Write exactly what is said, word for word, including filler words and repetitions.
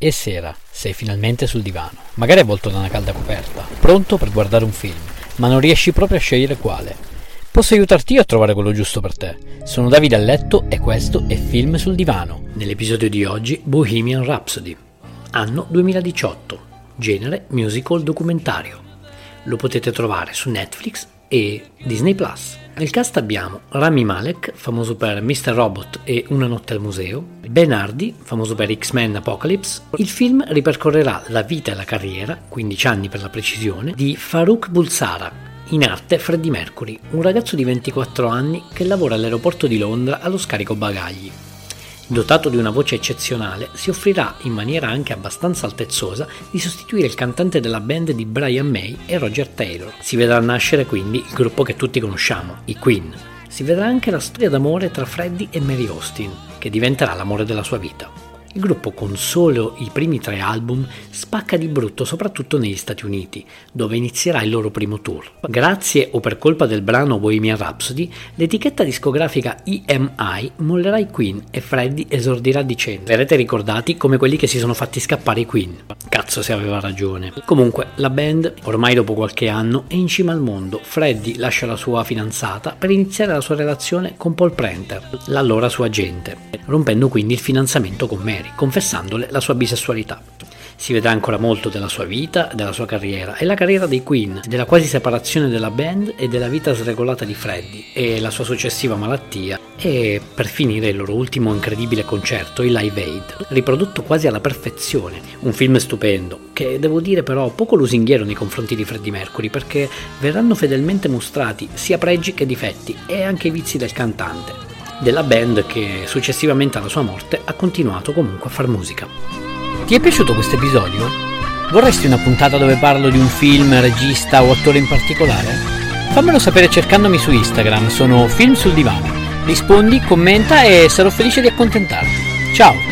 E sera, sei finalmente sul divano, magari avvolto da una calda coperta, pronto per guardare un film, ma non riesci proprio a scegliere quale. Posso aiutarti io a trovare quello giusto per te. Sono Davide a letto e questo è Film sul divano. Nell'episodio di oggi, Bohemian Rhapsody, anno duemiladiciotto, genere musical documentario. Lo potete trovare su Netflix e Disney Plus. Nel cast abbiamo Rami Malek, famoso per mister Robot e Una notte al museo, Ben Hardy, famoso per X-Men Apocalypse. Il film ripercorrerà la vita e la carriera, quindici anni per la precisione, di Farouk Bulsara, in arte Freddie Mercury, un ragazzo di ventiquattro anni che lavora all'aeroporto di Londra allo scarico bagagli. Dotato di una voce eccezionale, si offrirà in maniera anche abbastanza altezzosa di sostituire il cantante della band di Brian May e Roger Taylor. Si vedrà nascere quindi il gruppo che tutti conosciamo, i Queen. Si vedrà anche la storia d'amore tra Freddie e Mary Austin, che diventerà l'amore della sua vita. Il gruppo, con solo i primi tre album, spacca di brutto soprattutto negli Stati Uniti, dove inizierà il loro primo tour. Grazie o per colpa del brano Bohemian Rhapsody, l'etichetta discografica E M I mollerà i Queen e Freddie esordirà dicendo: verrete ricordati come quelli che si sono fatti scappare i Queen. Cazzo se aveva ragione. Comunque, la band, ormai dopo qualche anno, è in cima al mondo. Freddie lascia la sua fidanzata per iniziare la sua relazione con Paul Prenter, l'allora sua agente, rompendo quindi il fidanzamento con Mary, confessandole la sua bisessualità. Si vedrà ancora molto della sua vita, della sua carriera e la carriera dei Queen, della quasi separazione della band e della vita sregolata di Freddie e la sua successiva malattia, e per finire il loro ultimo incredibile concerto, il Live Aid, riprodotto quasi alla perfezione. Un film stupendo, che devo dire però poco lusinghiero nei confronti di Freddie Mercury, perché verranno fedelmente mostrati sia pregi che difetti e anche i vizi del cantante, della band che successivamente alla sua morte ha continuato comunque a far musica. Ti è piaciuto questo episodio? Vorresti una puntata dove parlo di un film, regista o attore in particolare? Fammelo sapere cercandomi su Instagram, sono Film sul divano. Rispondi, commenta e sarò felice di accontentarti. Ciao!